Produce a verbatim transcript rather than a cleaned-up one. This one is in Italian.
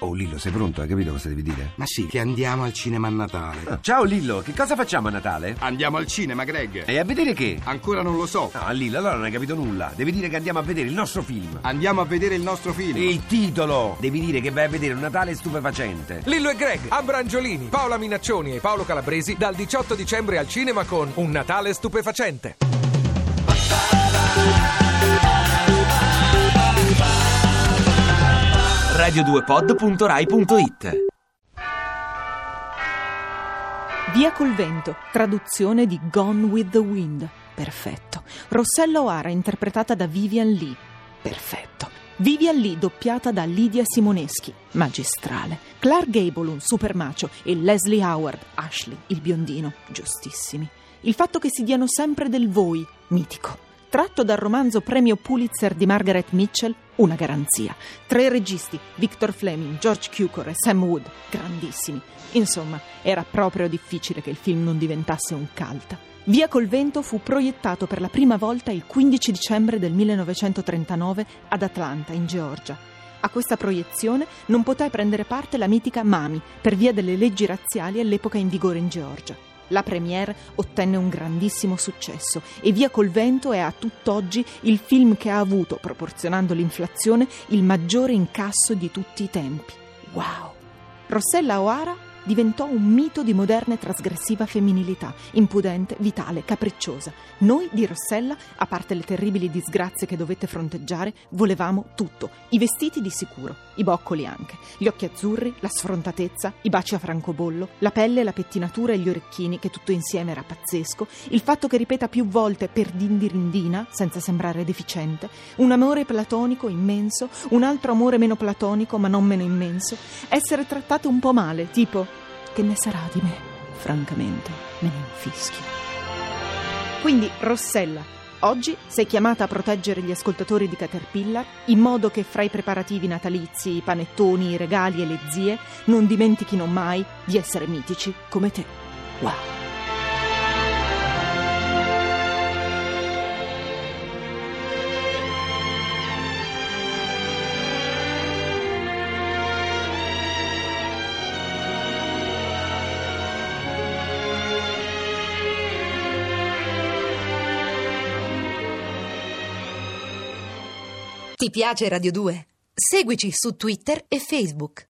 Oh Lillo, sei pronto? Hai capito cosa devi dire? Ma sì, che andiamo al cinema a Natale. Ah, ciao Lillo, che cosa facciamo a Natale? Andiamo al cinema, Greg. E a vedere che? Ancora non lo so. No, Lillo, allora non hai capito nulla. Devi dire che andiamo a vedere il nostro film. Andiamo a vedere il nostro film. Il titolo! Devi dire che vai a vedere un Natale stupefacente. Lillo e Greg, Ambra Angiolini, Paola Minaccioni e Paolo Calabresi dal diciotto dicembre al cinema con Un Natale stupefacente. radio due pod punto rai punto it. Via col vento, traduzione di Gone with the Wind. Perfetto. Rossella O'Hara interpretata da Vivien Leigh. Perfetto. Vivien Leigh doppiata da Lidia Simoneschi. Magistrale. Clark Gable, un super macho, e Leslie Howard, Ashley, il biondino. Giustissimi. Il fatto che si diano sempre del voi. Mitico. Tratto dal romanzo premio Pulitzer di Margaret Mitchell, una garanzia. Tre registi, Victor Fleming, George Cukor e Sam Wood, grandissimi. Insomma, era proprio difficile che il film non diventasse un cult. Via col vento fu proiettato per la prima volta il quindici dicembre del millenovecentotrentanove ad Atlanta, in Georgia. A questa proiezione non poté prendere parte la mitica Mami, per via delle leggi razziali all'epoca in vigore in Georgia. La premiere ottenne un grandissimo successo e Via col vento è a tutt'oggi il film che ha avuto, proporzionando l'inflazione, il maggiore incasso di tutti i tempi. Wow! Rossella O'Hara diventò un mito di moderna e trasgressiva femminilità, impudente, vitale, capricciosa. Noi di Rossella, a parte le terribili disgrazie che dovette fronteggiare, volevamo tutto. I vestiti di sicuro, i boccoli anche, gli occhi azzurri, la sfrontatezza, i baci a francobollo, la pelle, la pettinatura e gli orecchini, che tutto insieme era pazzesco, il fatto che ripeta più volte per dindirindina, senza sembrare deficiente, un amore platonico immenso, un altro amore meno platonico ma non meno immenso, essere trattate un po' male, tipo... Che ne sarà di me? Francamente, me ne infischio. Quindi, Rossella, oggi sei chiamata a proteggere gli ascoltatori di Caterpillar in modo che fra i preparativi natalizi, i panettoni, i regali e le zie non dimentichino mai di essere mitici come te. Wow! Ti piace Radio due? Seguici su Twitter e Facebook.